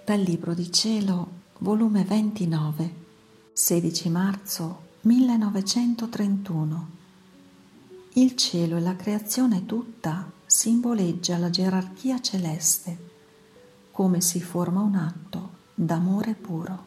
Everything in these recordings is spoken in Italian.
Dal Libro di Cielo, volume 29, 16 marzo 1931. Il cielo e la creazione tutta simboleggia la gerarchia celeste, come si forma un atto d'amore puro.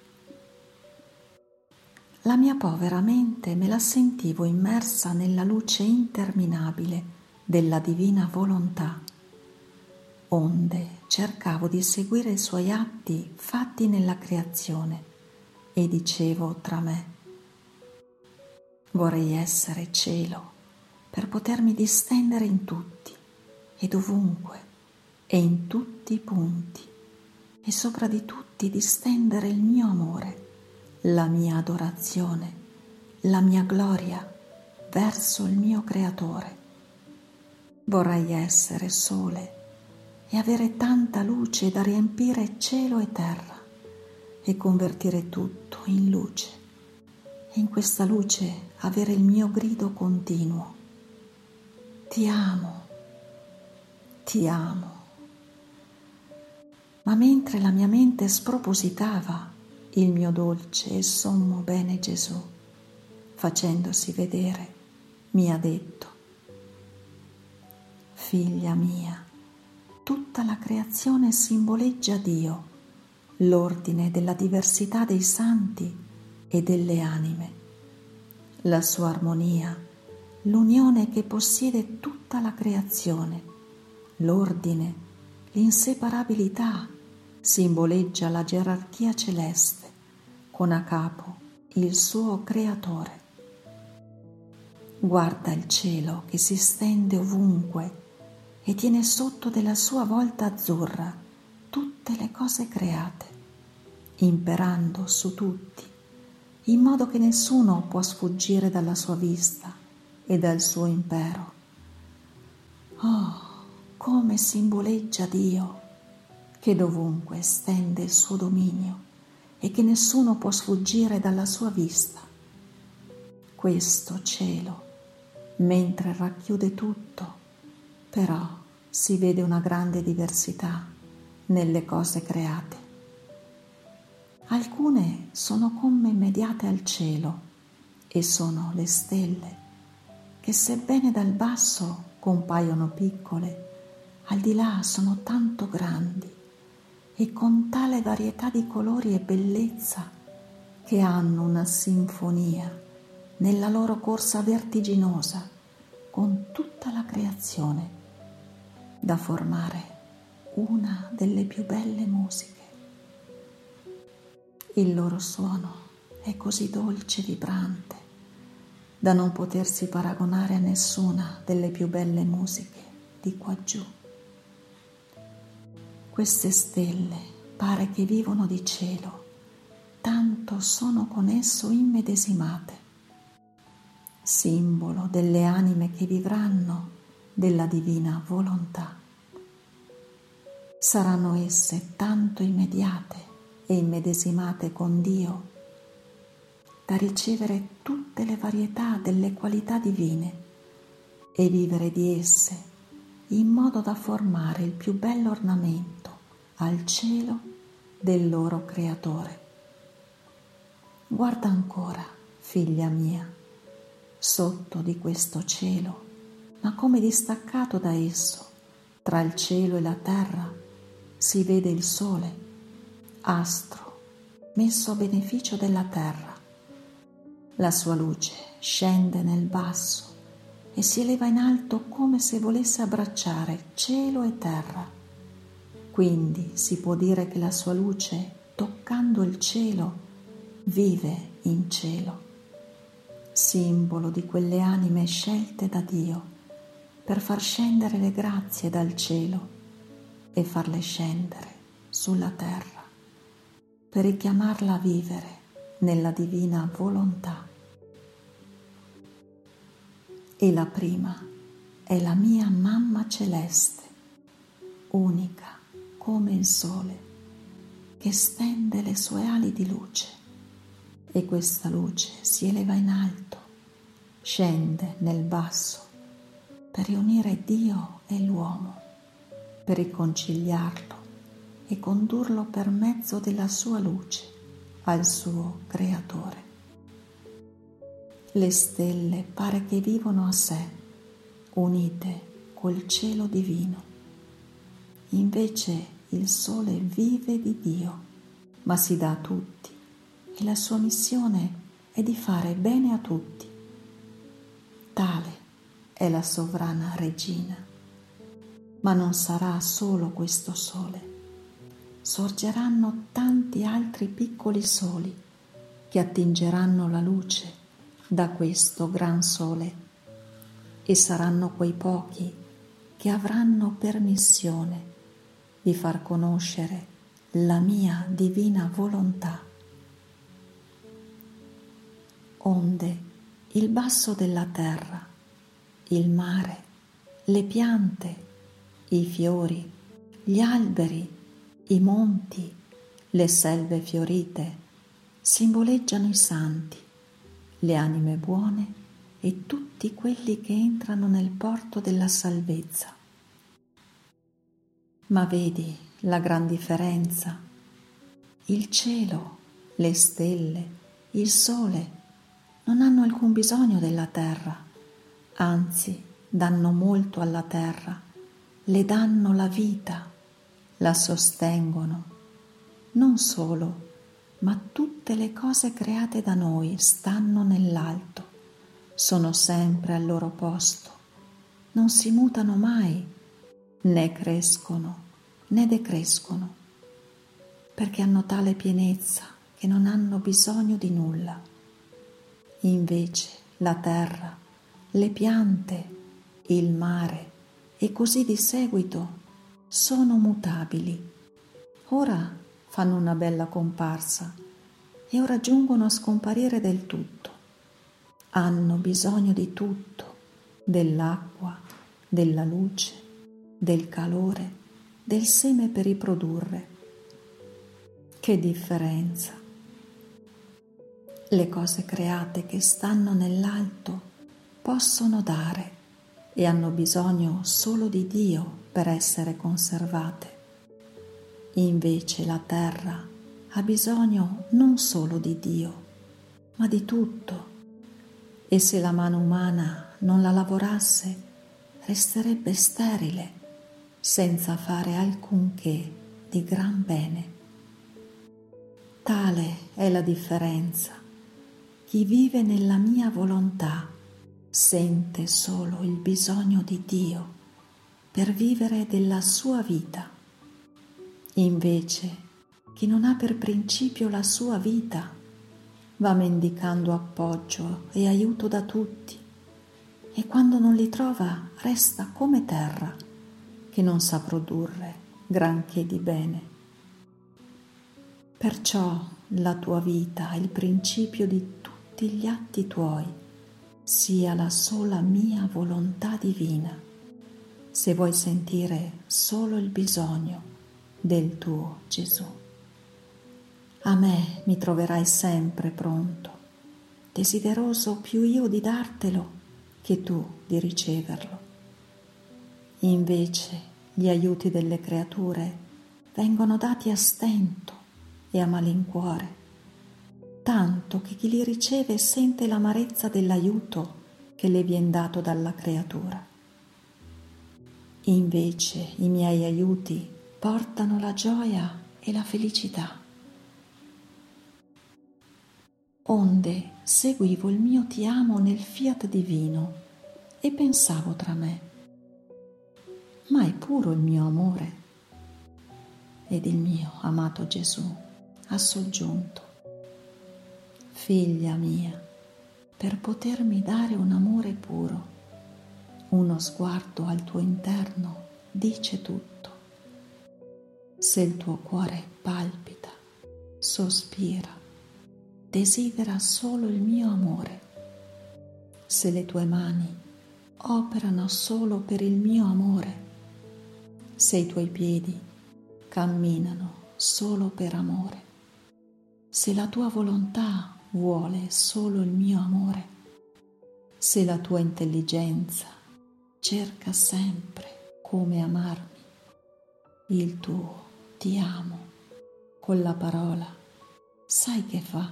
La mia povera mente me la sentivo immersa nella luce interminabile della divina volontà, onde cercavo di seguire i suoi atti fatti nella creazione e dicevo tra me: vorrei essere cielo per potermi distendere in tutti ed ovunque e in tutti i punti e sopra di tutti distendere il mio amore, la mia adorazione, la mia gloria verso il mio Creatore. Vorrei essere sole e avere tanta luce da riempire cielo e terra e convertire tutto in luce e in questa luce avere il mio grido continuo: ti amo, ti amo. Ma mentre la mia mente spropositava, il mio dolce e sommo bene Gesù, facendosi vedere, mi ha detto: figlia mia, tutta la creazione simboleggia Dio, l'ordine della diversità dei santi e delle anime, la sua armonia, l'unione che possiede tutta la creazione, l'ordine, l'inseparabilità, simboleggia la gerarchia celeste, con a capo il suo Creatore. Guarda il cielo che si stende ovunque e tiene sotto della sua volta azzurra tutte le cose create, imperando su tutti, in modo che nessuno può sfuggire dalla sua vista e dal suo impero. Oh, come simboleggia Dio, che dovunque stende il suo dominio e che nessuno può sfuggire dalla sua vista. Questo cielo, mentre racchiude tutto, però si vede una grande diversità nelle cose create. Alcune sono come immediate al cielo e sono le stelle, che sebbene dal basso compaiono piccole, al di là sono tanto grandi e con tale varietà di colori e bellezza che hanno una sinfonia nella loro corsa vertiginosa con tutta la creazione, da formare una delle più belle musiche. Il loro suono è così dolce e vibrante da non potersi paragonare a nessuna delle più belle musiche di quaggiù. Queste stelle pare che vivono di cielo, tanto sono con esso immedesimate, simbolo delle anime che vivranno della divina volontà. Saranno esse tanto immediate e immedesimate con Dio da ricevere tutte le varietà delle qualità divine e vivere di esse in modo da formare il più bello ornamento al cielo del loro Creatore. Guarda ancora, figlia mia, sotto di questo cielo, ma come distaccato da esso, tra il cielo e la terra, si vede il sole, astro messo a beneficio della terra. La sua luce scende nel basso e si eleva in alto come se volesse abbracciare cielo e terra. Quindi si può dire che la sua luce, toccando il cielo, vive in cielo, simbolo di quelle anime scelte da Dio per far scendere le grazie dal cielo e farle scendere sulla terra, per richiamarla a vivere nella divina volontà. E la prima è la mia mamma celeste, unica come il sole, che stende le sue ali di luce, e questa luce si eleva in alto, scende nel basso, per riunire Dio e l'uomo, per riconciliarlo e condurlo per mezzo della sua luce al suo Creatore. Le stelle pare che vivono a sé, unite col cielo divino. Invece il sole vive di Dio, ma si dà a tutti e la sua missione è di fare bene a tutti. Tale è la sovrana regina. Ma non sarà solo questo sole. Sorgeranno tanti altri piccoli soli che attingeranno la luce da questo gran sole e saranno quei pochi che avranno permissione di far conoscere la mia divina volontà. Onde il basso della terra, il mare, le piante, i fiori, gli alberi, i monti, le selve fiorite simboleggiano i santi, le anime buone e tutti quelli che entrano nel porto della salvezza. Ma vedi la gran differenza? Il cielo, le stelle, il sole non hanno alcun bisogno della terra, anzi danno molto alla terra, le danno la vita, la sostengono. Non solo, ma tutte le cose create da noi stanno nell'alto, sono sempre al loro posto, non si mutano mai, né crescono né decrescono, perché hanno tale pienezza che non hanno bisogno di nulla. Invece la terra, le piante, il mare e così di seguito sono mutabili. Ora fanno una bella comparsa e ora giungono a scomparire del tutto. Hanno bisogno di tutto, dell'acqua, della luce, del calore, del seme per riprodurre. Che differenza! Le cose create che stanno nell'alto possono dare e hanno bisogno solo di Dio per essere conservate. Invece la terra ha bisogno non solo di Dio, ma di tutto. E se la mano umana non la lavorasse, resterebbe sterile, senza fare alcunché di gran bene. Tale è la differenza. Chi vive nella mia volontà sente solo il bisogno di Dio per vivere della sua vita. Invece, chi non ha per principio la sua vita va mendicando appoggio e aiuto da tutti e quando non li trova resta come terra che non sa produrre granché di bene. Perciò la tua vita è il principio di tutti gli atti tuoi, sia la sola mia volontà divina, se vuoi sentire solo il bisogno del tuo Gesù. A me mi troverai sempre pronto, desideroso più io di dartelo che tu di riceverlo. Invece gli aiuti delle creature vengono dati a stento e a malincuore, tanto che chi li riceve sente l'amarezza dell'aiuto che le vien dato dalla creatura. Invece i miei aiuti portano la gioia e la felicità. Onde seguivo il mio ti amo nel fiat divino e pensavo tra me, ma è puro il mio amore? Ed il mio amato Gesù ha soggiunto, figlia mia, per potermi dare un amore puro, uno sguardo al tuo interno dice tutto. Se il tuo cuore palpita, sospira, desidera solo il mio amore, se le tue mani operano solo per il mio amore, se i tuoi piedi camminano solo per amore, se la tua volontà vuole solo il mio amore, se la tua intelligenza cerca sempre come amarmi, il tuo ti amo con la parola, sai che fa?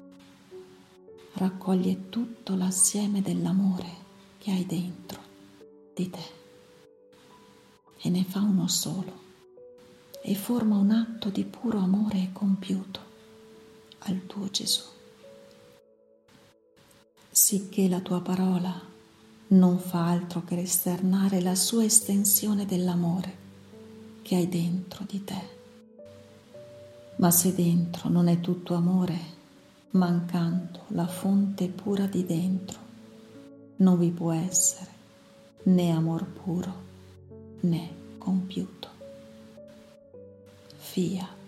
Raccoglie tutto l'assieme dell'amore che hai dentro di te e ne fa uno solo e forma un atto di puro amore compiuto al tuo Gesù, sicché la tua parola non fa altro che esternare la sua estensione dell'amore che hai dentro di te. Ma se dentro non è tutto amore, mancando la fonte pura di dentro, non vi può essere né amor puro né compiuto. Fiat.